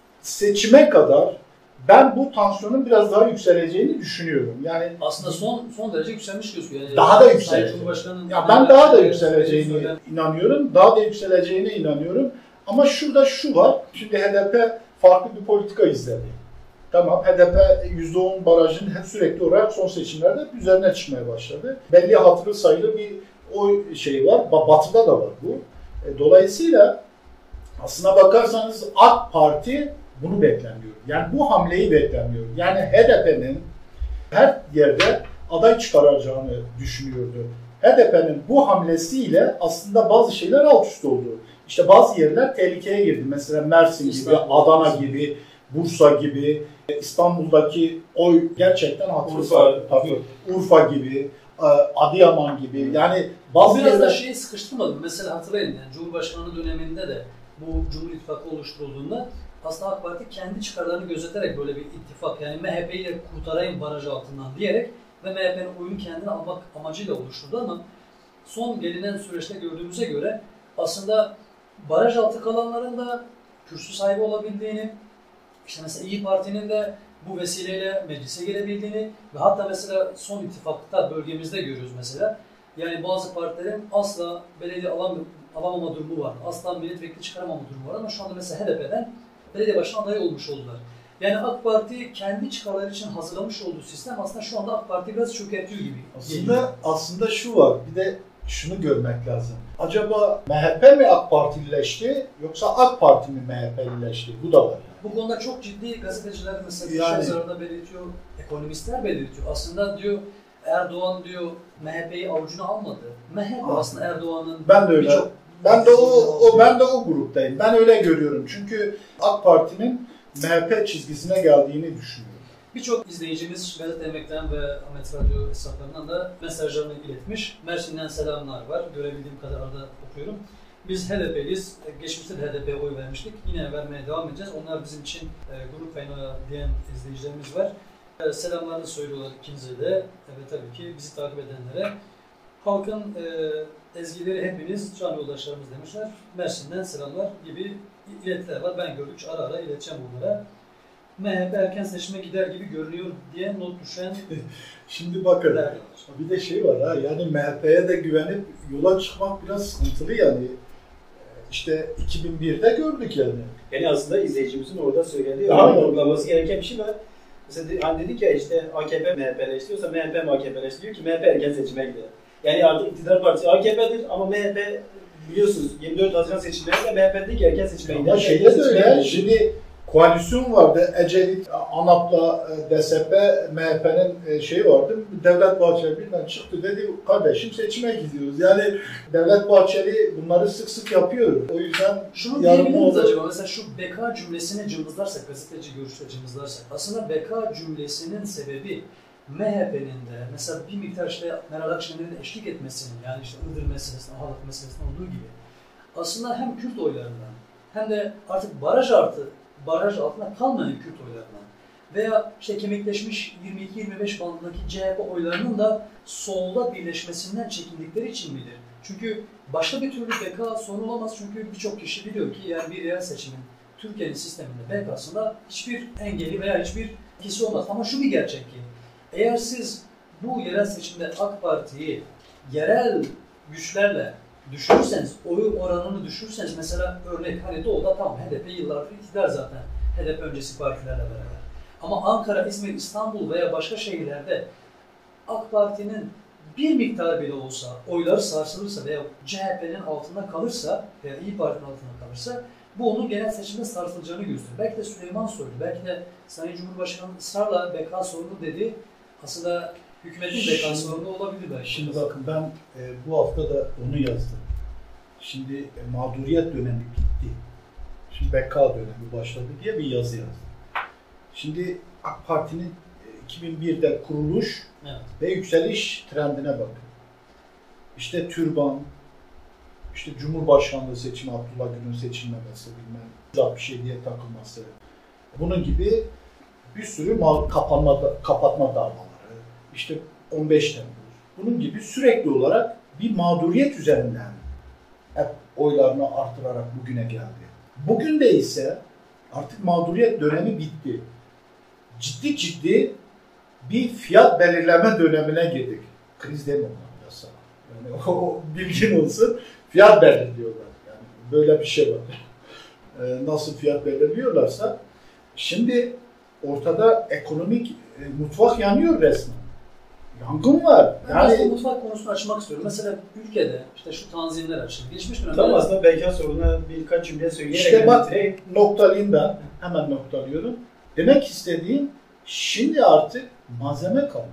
seçime kadar ben bu tansiyonun biraz daha yükseleceğini düşünüyorum. Yani aslında son derece yükselmiş gözüküyor. Yani daha da yükselecek. Ya ben daha da yükseleceğini inanıyorum. Daha da yükseleceğine inanıyorum. Ama şurada şu var. Şimdi HDP farklı bir politika izledi. Tamam, HDP %10 barajının hep sürekli olarak son seçimlerde üzerine çıkmaya başladı. Belli hatırı sayılı bir oy şeyi var. Batı'da da var bu. Dolayısıyla aslına bakarsanız AK Parti bunu beklemiyor. Yani bu hamleyi beklemiyor. Yani HDP'nin her yerde aday çıkaracağını düşünüyordu. HDP'nin bu hamlesiyle aslında bazı şeyler alt üst oldu. İşte bazı yerler tehlikeye girdi. Mesela Mersin gibi, Adana gibi, Bursa gibi, İstanbul'daki oy gerçekten Urfa gibi, Adıyaman gibi. Yani bazı biraz yerler... da şeyi sıkıştırmadım. Mesela hatırlayın yani Cumhurbaşkanlığı döneminde de bu Cumhur İttifakı oluşturulduğunda aslında AK Parti kendi çıkarlarını gözeterek böyle bir ittifak yani MHP'yi de kurtarayım baraj altından diyerek ve MHP'nin oyunu kendine almak amacıyla oluşturdu ama son gelinen süreçte gördüğümüze göre aslında baraj altı kalanların da kürsü sahibi olabildiğini, işte mesela İYİ Parti'nin de bu vesileyle meclise gelebildiğini ve hatta mesela son ittifakta bölgemizde görüyoruz mesela. Yani bazı partilerin asla belediye alamama durumu var. Asla milletvekili çıkaramama durumu var ama şu anda mesela HDP'den belediye başkanı adayı olmuş oldular. Yani AK Parti kendi çıkarları için hazırlamış olduğu sistem aslında şu anda AK Parti biraz çökertiyor gibi. Aslında şu var, bir de şunu görmek lazım. Acaba MHP mi AK Partilileşti yoksa AK Parti mi MHP'lileşti? Bu da var. Yani. Bu konuda çok ciddi gazeteciler mesela yazarında belirtiyor, ekonomistler belirtiyor. Aslında diyor Erdoğan diyor MHP'yi avucuna almadı. MHP aslında Erdoğan'ın ben de öyle. Ben de o gruptayım. Ben öyle görüyorum. Çünkü AK Parti'nin MHP çizgisine geldiğini düşünüyorum. Birçok izleyicimiz Gazete Emek'ten ve Ahmet Radyo hesaplarından da mesajlarını iletmiş. Mersin'den selamlar var. Görebildiğim kadar arada okuyorum. Biz HDP'liyiz. Geçmişte de HDP'ye oy vermiştik. Yine vermeye devam edeceğiz. Onlar bizim için gurur kaynağı diyen izleyicilerimiz var. Selamlarını söylüyorlar ikinize de. Ve tabii ki bizi takip edenlere. Halkın ezgileri hepiniz can yoldaşlarımız demişler. Mersin'den selamlar gibi iletiler var. Ben gördükçe ara ara ileteceğim bunlara. MHP erken seçime gider gibi görünüyor diye not düşen... Şimdi bakın, bir de şey var ha, yani MHP'ye de güvenip yola çıkmak biraz sıkıntılı yani. İşte 2001'de gördük yani. Yani aslında izleyicimizin orada söylediği, vurgulaması gereken bir şey var. Mesela hani dedik ya işte AKP MHP'leştiriyorsa MHP mi AKP'leştiriyor ki MHP erken seçime gider. Yani artık iktidar partisi AKP'dir ama MHP biliyorsunuz 24 Haziran seçimlerinde MHP değil ki erken seçime gider. Ama şeyde de öyle, şimdi koalisyon vardı, Ecevit, ANAP'la DSP, MHP'nin şeyi vardı. Devlet Bahçeli birden çıktı dedi, kardeşim seçime gidiyoruz. Yani Devlet Bahçeli bunları sık sık yapıyor. O yüzden şunu diyebilir miyiz acaba? Mesela şu beka cümlesini cımbızlarsak, gazeteci görüşle cımbızlarsak, aslında beka cümlesinin sebebi MHP'nin de mesela bir miktar işte Meral Akşener'in eşlik etmesinin, yani işte Iğdır meselesinde, Ahalak meselesinde olduğu gibi aslında hem Kürt oylarından hem de artık baraj altında kalmayan Kürt oylarından veya işte kemikleşmiş 22-25 bandındaki CHP oylarının da solda birleşmesinden çekindikleri için midir? Çünkü başka bir türlü beka sorun olamaz. Çünkü birçok kişi biliyor ki yani bir yerel seçimin Türkiye'nin sisteminde bekasında hiçbir engeli veya hiçbir etkisi olmaz. Ama şu bir gerçek ki eğer siz bu yerel seçimde AK Parti'yi yerel güçlerle düşürürseniz, oy oranını düşürürseniz mesela örnek hani Doğu'da tam HDP yıllardır iktidar zaten. HDP öncesi partilerle beraber. Ama Ankara, İzmir, İstanbul veya başka şehirlerde AK Parti'nin bir miktar bile olsa oyları sarsılırsa veya CHP'nin altında kalırsa veya İYİ Parti'nin altında kalırsa bu onun genel seçimde sarsılacağını gösteriyor. Belki de Süleyman Soylu, belki de Sayın Cumhurbaşkanı ısrarla beka sorunu dedi. Aslında hükümetin beka sorunu olabilir belki. Şimdi bakın ben bu hafta da onu yazdım. Şimdi mağduriyet dönemi bitti. Şimdi beka dönemi başladı diye bir yazı yazdım. Şimdi AK Parti'nin 2001'de kuruluş ve yükseliş trendine bakın. İşte türban, işte Cumhurbaşkanlığı seçimi, Abdullah Gül'ün seçilmemesi, bilmem bir şey diye takılması. Bunun gibi bir sürü kapatma davaları, işte 15 Temmuz. Bunun gibi sürekli olarak bir mağduriyet üzerinden hep oylarını artırarak bugüne geldi. Bugün de ise artık mağduriyet dönemi bitti. Ciddi bir fiyat belirleme dönemine girdik. Kriz demiyorum ya sana. Yani o bilgin olsun. Fiyat belirliyorlar. Yani böyle bir şey var. Nasıl fiyat belirliyorlarsa şimdi ortada ekonomik mutfak yanıyor resmen. Yangın var. Yani mutfak konusunu açmak istiyorum. Mesela ülkede işte şu tanzimler açıldı. Geçmiş dönemde... Tam aslında beka soruna birkaç cümle söyleyerek... İşte bak noktalayayım ben. Hemen noktalıyorum. Demek istediğim şimdi artık malzeme kalmadı.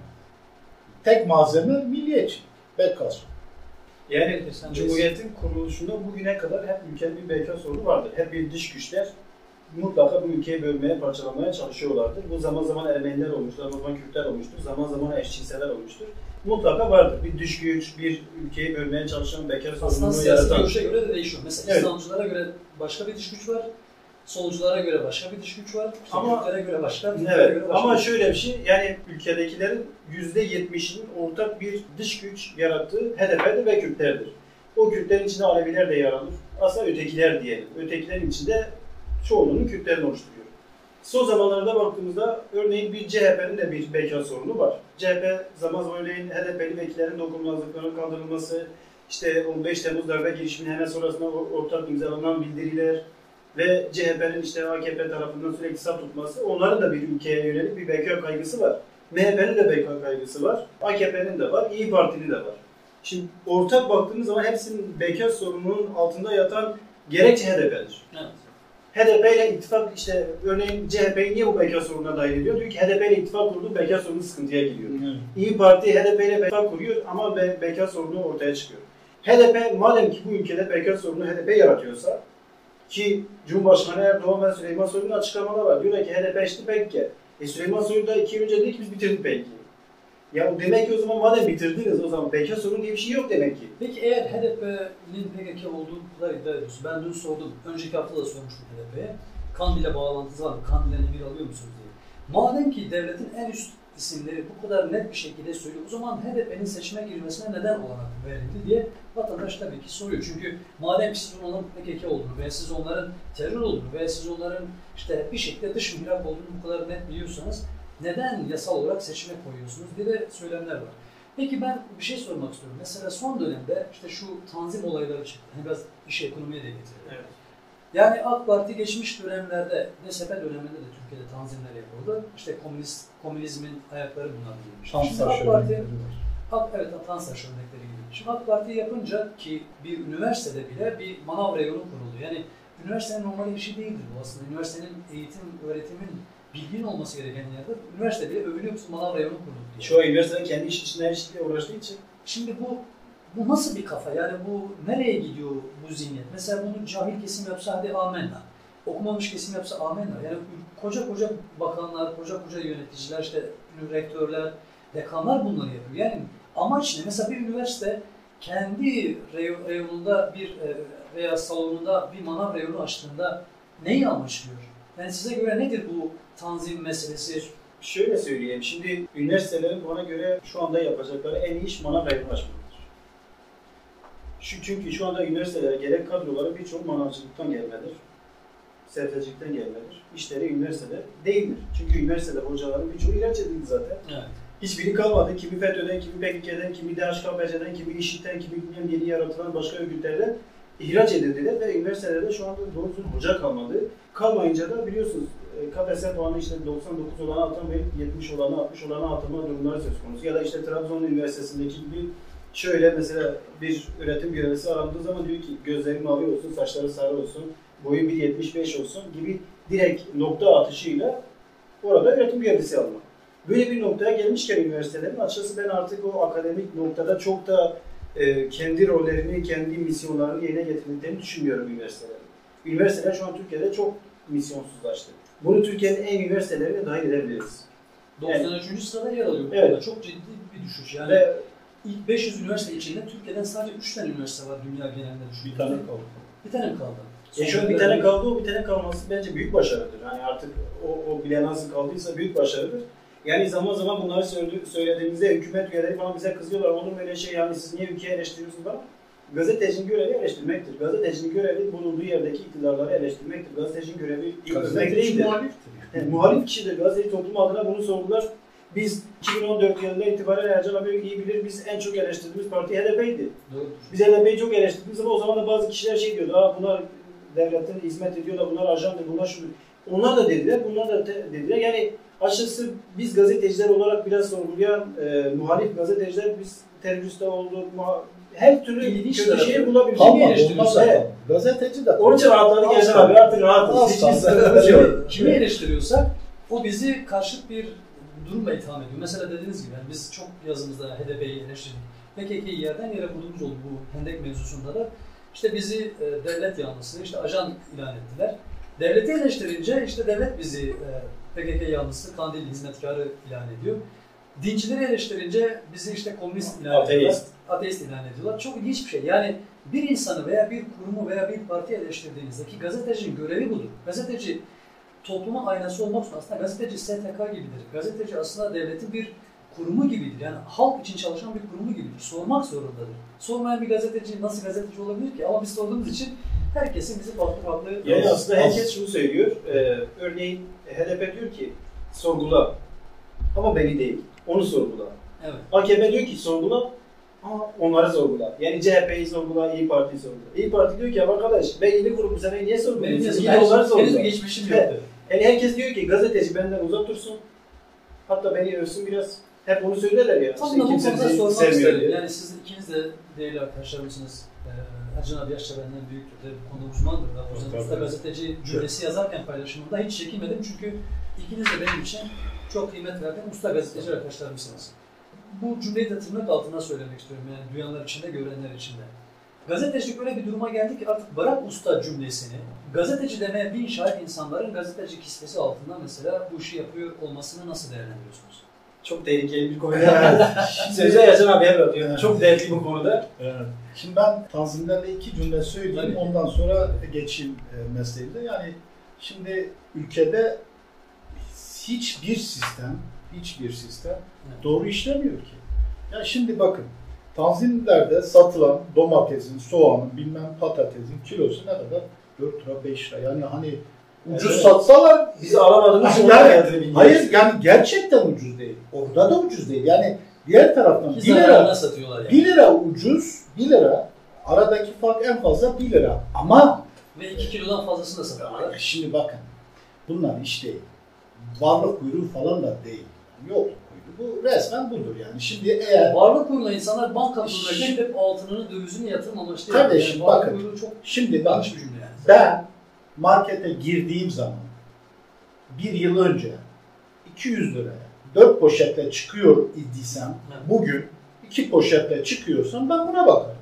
Tek malzeme milliyetçilik. Beka sorunu. Yani Cumhuriyet'in kuruluşunda bugüne kadar hep ülkenin bir beka sorunu vardır. Hep bir dış güçler mutlaka bu ülkeyi bölmeye, parçalamaya çalışıyorlardır. Bu zaman zaman Ermeniler olmuştur, zaman zaman Kürtler olmuştur, zaman zaman eşcinseller olmuştur. Mutlaka vardır. Bir dış güç, bir ülkeyi bölmeye çalışan bekar sorununu yaratan. Aslında siyasi görüşe göre de değişiyor. Mesela evet. İslamcılara göre başka bir dış güç var, solculara göre başka bir dış güç var, Kürtlere göre başka, Türklere göre başka. Ama şöyle bir şey, yani ülkedekilerin %70'inin ortak bir dış güç yarattığı HDP'dir ve Kürtlerdir. O Kürtlerin içinde Aleviler de yer alır. Aslında ötekiler diyelim. Ötekilerin içinde çoğunluğunu Kürtlerin oluşturuyor. Son zamanlarda baktığımızda örneğin bir CHP'nin de bir beka sorunu var. CHP zaman zaman örneğin HDP'li vekillerin dokunulmazlıklarının kaldırılması, işte 15 Temmuz darbe girişiminin hemen sonrasında ortak imzalanan bildiriler ve CHP'nin işte AKP tarafından sürekli saf tutması, onların da bir ülkeye yönelik bir beka kaygısı var. MHP'nin de beka kaygısı var, AKP'nin de var, İYİ Parti'nin de var. Şimdi ortak baktığımız zaman hepsinin beka sorununun altında yatan gerekçe HDP'dir. Evet. HDP ile ittifak, işte örneğin CHP'yi niye bu beka sorununa dahil ediyor? Diyor ki HDP ile ittifak kurdu, beka sorunu sıkıntıya giriyor. İYİ Parti HDP ile ittifak kuruyor ama beka sorunu ortaya çıkıyor. HDP madem ki bu ülkede beka sorunu HDP yaratıyorsa, ki Cumhurbaşkanı Erdoğan ve Süleyman Soylu'nun açıklamaları var. Diyorlar ki HDP işte bekke. Süleyman Soylu da 2 yıl önce dedi ki biz bitirdik belki. Ya demek ki o zaman madem bitirdiniz o zaman belki sorun diye bir şey yok demek ki. Peki eğer HDP'nin PKK olduğu kadar iddia ediyorsun. Ben dün sordum. Önceki hafta da sormuştum HDP'ye. Kandil'e bağlantısı var mı? Kandil'e emir alıyor musunuz diye. Madem ki devletin en üst isimleri bu kadar net bir şekilde söylüyor, o zaman HDP'nin seçime girmesine neden olanak verildi diye vatandaş tabii ki soruyor. Çünkü madem ki siz onların PKK olduğunu veya siz onların terör olduğunu veya siz onların işte bir şekilde dış mihrak olduğunu bu kadar net biliyorsanız neden yasal olarak seçime koyuyorsunuz diye de söylemler var. Peki ben bir şey sormak istiyorum. Mesela son dönemde işte şu tanzim olayları çıktı. Hani biraz işi ekonomiye de getirdi. Evet. Yani AK Parti geçmiş dönemlerde, DSP döneminde de Türkiye'de tanzimler yapıldı. İşte komünizmin ayakları bunlar giyilmiş. Şimdi AK Parti, evet Tansaç örnekleri gibi. Şimdi AK Parti yapınca ki bir üniversitede bile bir manav reyonu kuruldu. Yani üniversitenin normal bir şey değildir bu aslında. Üniversitenin eğitim, öğretimin bilginin olması gereken yerde üniversite bile övünüyor musun manav reyonu kuruldu diye. Çoğu üniversiteden kendi iş içinden işle uğraştığı için. Şimdi bu nasıl bir kafa? Yani bu nereye gidiyor bu zihniyet? Mesela bunu cahil kesim yapsa hadi amenna. Okumamış kesim yapsa amenna. Yani koca koca bakanlar, koca koca yöneticiler, işte rektörler, dekanlar bunları yapıyor. Yani amaç ne? Mesela bir üniversite kendi reyonunda veya salonunda bir manav reyonu açtığında neyi amaçlıyor? Yani size göre nedir bu tanzim meselesi? Şöyle söyleyeyim, şimdi üniversitelerin bana göre şu anda yapacakları en iyi iş manav reyonu açmaktır. Çünkü şu anda üniversitelere gerek kadroları birçoğu manavcılıktan gelmedir. Sebzecilikten gelmedir. İşleri üniversitede değildir. Çünkü üniversitede hocaların birçoğu ihraç edildi zaten. Evet. Hiçbiri kalmadı. Kimi FETÖ'den, kimi PKK'den, kimi DHKPC'den, kimi İŞİD'den, kimi bilmem yeni yaratılan başka örgütlerden ihraç edildiler ve üniversitelerde şu anda doğru düzgün hoca kalmadı. Kalmayınca da biliyorsunuz KPSS puanı işte 99 olanı atamayıp 70 olanı 60 olanı atılma durumları söz konusu. Ya da işte Trabzon Üniversitesi'ndeki gibi şöyle mesela bir öğretim görevlisi arandığı zaman diyor ki gözleri mavi olsun, saçları sarı olsun, boyu 1.75 olsun gibi direkt nokta atışıyla orada öğretim görevlisi almak. Böyle bir noktaya gelmişken üniversitelerin açıkçası ben artık o akademik noktada çok da kendi rollerini, kendi misyonlarını yerine getirdiklerini düşünmüyorum üniversitelerin. Üniversiteler şu an Türkiye'de çok misyonsuzlaştı. Bunu Türkiye'nin en üniversitelerine dahil edebiliriz. 93. sırada yer alıyor. Evet. Çok ciddi bir düşüş. Yani ve ilk 500 üniversite içinde Türkiye'den sadece 3 tane üniversite var dünya genelinde düşünüyoruz. Bir tane kaldı. Bir tane mi kaldı? şu an bir tane kaldı, o bir tane kalması bence büyük başarıdır. Yani artık o bile nasıl kaldıysa büyük başarıdır. Yani zaman zaman bunları söylediğimizde hükümet üyeleri falan bize kızıyorlar. Olur mu öyle şey yani siz niye ülkeyi eleştiriyorsunuz falan? Gazetecinin görevi eleştirmektir. Gazetecinin görevi bulunduğu yerdeki iktidarları eleştirmektir. Gazetecinin görevi övmek değildir. Yani, muhalif kişidir. Gazeteci toplum adına bunu sorgular. Biz 2014 yılında itibaren Ercan abi iyi bilir, biz en çok eleştirdiğimiz parti HDP'ydi. Biz HDP'yi çok eleştirdiğimiz ama o zaman da bazı kişiler şey diyordu, bunlar devletin hizmet ediyorlar, bunlar ajandır, bunlar şudur. Onlar da dediler, bunlar da dediler. Yani açıkçası biz gazeteciler olarak biraz sorgulayan muhalif gazeteciler, biz teröriste olduk, her türlü kötü şeyi bulabileceğiz. Evet. Gazeteci de. Onun için rahatladık Ercan abi, artık rahatız. Hiç sıkıntımız yok. Kimi eleştiriyorsak o bizi karşıt bir durumla itham ediyor. Mesela dediğiniz gibi yani biz çok yazımızda HDP'yi eleştirdik. PKK'yi yerden yere vurduğumuz oldu bu Hendek mevzusunda da. İşte bizi devlet yanlısı, işte ajan ilan ettiler. Devleti eleştirince işte devlet bizi PKK yanlısı, Kandilli hizmetkarı ilan ediyor. Dincileri eleştirince bizi işte komünist ilan ediyorlar. Ateist ilan ediyorlar. Çok ilginç bir şey. Yani bir insanı veya bir kurumu veya bir parti eleştirdiğinizde ki gazetecinin görevi budur. Gazeteci topluma aynası olmak için aslında gazeteci STK gibidir. Gazeteci aslında devletin bir kurumu gibidir. Yani halk için çalışan bir kurumu gibidir. Sormak zorundadır. Sormayan bir gazeteci nasıl gazeteci olabilir ki? Ama biz sorduğumuz için herkesin bizi farklı yani aslında herkes şunu söylüyor. Örneğin HDP diyor ki sorgula ama beni değil. Onu sorgula. Evet. AKP diyor ki sorgula ama onları sorgula. Yani CHP'yi sorgula, İYİ Parti'yi sorgula. İYİ Parti diyor ki ya arkadaş ben yeni grup bu sefer niye sorgulayayım? Yine onları sorgula. Benim geçmişim yoktu. Yani herkes diyor ki gazeteci benden uzak dursun. Hatta beni övsün biraz. Hep onu söylerler ya. Aslında bu konuda sormak isterim. Yani siz ikiniz de değerli arkadaşlarımsınız. Ercan abi yaşça benden büyüktür de bu konuda uzmandır. O yüzden usta gazeteci cümlesi yazarken paylaşımında hiç çekinmedim çünkü ikiniz de benim için çok kıymet verdiğim usta gazeteci arkadaşlarımsınız. Bu cümleyi de tırnak altında söylemek istiyorum yani duyanlar için de görenler için de. Gazetecilik öyle bir duruma geldi ki artık bırak usta cümlesini, gazeteci demeye bin şahit insanların gazeteci kisvesi altında mesela bu işi yapıyor olmasını nasıl değerlendiriyorsunuz? Çok tehlikeli bir konuda. Sözü Ercan abiye bırakıyorum. Evet. Çok değerli bu konuda. Evet. Şimdi ben tanzimlerle 2 cümle söyleyeyim. Tabii. Ondan sonra geçeyim mesleğimde. Yani şimdi ülkede hiçbir sistem evet, doğru işlemiyor ki. Ya şimdi bakın, tanzimlerde satılan domatesin, soğanın, bilmem patatesin kilosu ne kadar? 4 lira, 5 lira. Yani hani ucuz evet, satsalar bizi alamadığımız yani, hayır yani gerçekten ucuz değil. Orada da ucuz değil. Yani diğer taraftan 1 lira satıyorlar yani. 1 lira ucuz, 1 lira. Aradaki fark en fazla 1 lira. Ama ve 2 kilodan fazlasını da satıyorlar. Şimdi bakın, bunlar iş değil. Varlık kuyruğu falan da değil. Yokluk kuyruğu. Bu resmen budur yani. Şimdi eğer varlık kuyruğuna insanlar bankalarına gidip altınını, dövizini yatırım amaçlı. Kardeşim yani bakın. Çok şimdi bak, bir cümle yani. Ben markete girdiğim zaman 1 yıl önce 200 liraya 4 poşetle çıkıyor idiysem, evet, bugün 2 poşetle çıkıyorsam ben buna bakarım.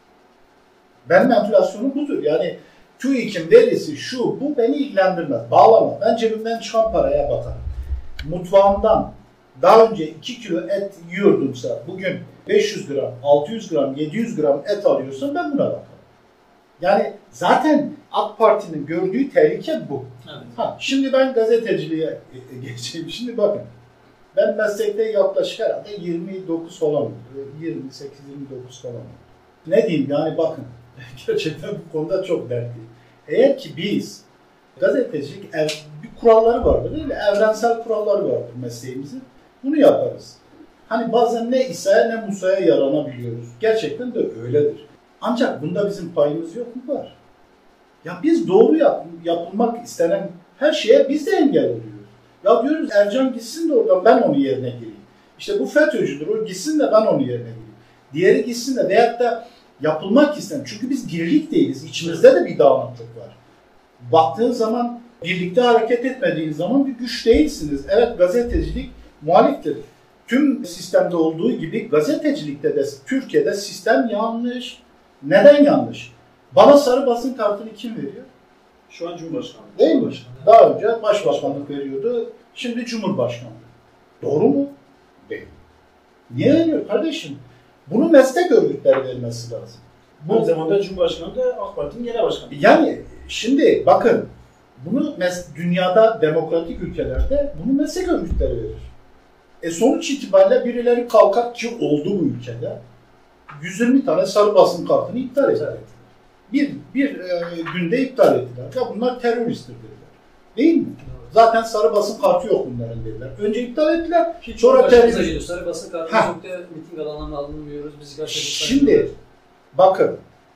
Benim enflasyonum budur. Yani TÜİK'in verisi şu, bu beni ilgilendirmez. Bağlamaz. Ben cebimden çıkan paraya bakarım. Mutfağımdan daha önce 2 kilo et yiyordumsa bugün 500 gram, 600 gram, 700 gram et alıyorsam ben buna bakarım. Yani zaten AK Parti'nin gördüğü tehlike bu. Evet. Şimdi ben gazeteciliğe geçeyim. Şimdi bakın. Ben meslekte yaklaşık herhalde 29 falan oldu. 28-29 falan oldu. Ne diyeyim yani bakın. Gerçekten bu konuda çok dertliyim. Eğer ki biz gazetecilik bir kuralları vardır değil mi? Evrensel kuralları vardır mesleğimizin. Bunu yaparız. Hani bazen ne İsa'ya ne Musa'ya yaranabiliyoruz. Gerçekten de öyledir. Ancak bunda bizim payımız yok mu? Var. Ya biz doğru yapılmak istenen her şeye biz de engel oluyoruz. Ya diyoruz Ercan gitsin de oradan ben onun yerine gireyim. İşte bu FETÖ'cüdür, o gitsin de ben onun yerine gireyim. Diğeri gitsin de veyahut da yapılmak istenen. Çünkü biz birlik değiliz. İçimizde de bir dağınıklık var. Baktığın zaman birlikte hareket etmediğiniz zaman bir güç değilsiniz. Evet, gazetecilik muhaliftir. Tüm sistemde olduğu gibi gazetecilikte de Türkiye'de sistem yanlış. Neden yanlış? Bana sarı basın kartını kim veriyor? Şu an Cumhurbaşkanı. Değil mi? Daha önce Başbakanlık veriyordu. Şimdi Cumhurbaşkanlığı. Doğru mu? Değil. Niye veriyor kardeşim? Bunu meslek örgütleri vermesi lazım. Bu zamanda Cumhurbaşkanı da AK Parti'nin genel başkanı. Yani şimdi bakın, bunu dünyada demokratik ülkelerde bunu meslek örgütleri verir. Sonuç itibariyle birileri kalkar ki oldu bu ülkede 120 tane sarı basın kartını iptal ettiler. Bir günde iptal ettiler. Ya bunlar teröristtir dediler. Değil mi? Zaten sarı basın kartı yok bunların dediler. Önce iptal ettiler. Sonra terörist. Sarı basın kartı yok da miting alanlarına alınmıyoruz. Biz şimdi bakın.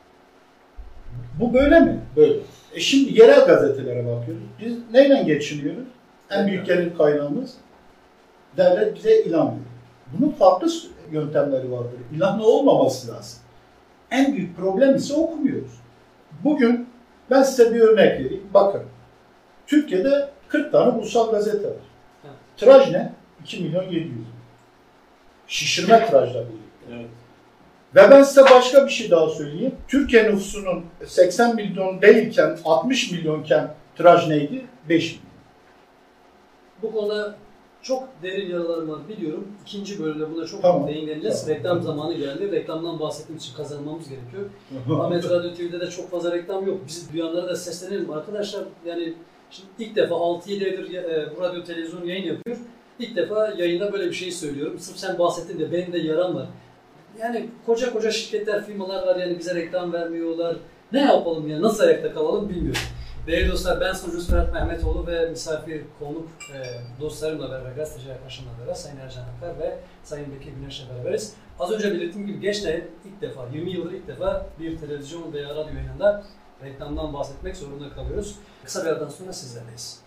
Bu böyle mi? Böyle. Şimdi yerel gazetelere bakıyoruz. Biz neyle geçiniyoruz? En büyük gelir kaynağımız devlet bize ilan veriyor. Bunun farklı yöntemleri vardır. İlanı olmaması lazım. En büyük problem ise okumuyoruz. Bugün ben size bir örnek vereyim. Bakın. Türkiye'de 40 tane ulusal gazete var. Tiraj ne? 2.700.000. Şişirme tirajla birlikte. Evet. Ve ben size başka bir şey daha söyleyeyim. Türkiye nüfusunun 80 milyon değilken 60 milyonken tiraj neydi? 5 milyon. Bu konuda çok derin yaralarım var biliyorum. İkinci bölümde buna çok değineceğiz. Tamam. Reklam zamanı geldi. Reklamdan bahsettiğim için kazanmamız gerekiyor. Ahmet Radyo TV'de de çok fazla reklam yok. Bizi duyanlara da seslenelim arkadaşlar. Yani şimdi ilk defa 6-7 aydır bu radyo televizyon yayın yapıyor. İlk defa yayında böyle bir şey söylüyorum. Sırf sen bahsettin de benim de yaram var. Yani koca şirketler, firmalar var yani bize reklam vermiyorlar. Ne yapalım ya? Nasıl ayakta kalalım bilmiyorum. Değerli dostlar, ben sunucunuz Ferhat Mehmetoğlu ve misafir, konuk dostlarımla beraber, gazeteci arkadaşımla beraber Sayın Ercan Akar ve Sayın Bekir Güneş'le beraberiz. Az önce belirttiğim gibi gençler ilk defa, 20 yıldır ilk defa bir televizyon veya radyo yayınında reklamdan bahsetmek zorunda kalıyoruz. Kısa bir aradan sonra sizlerleyiz.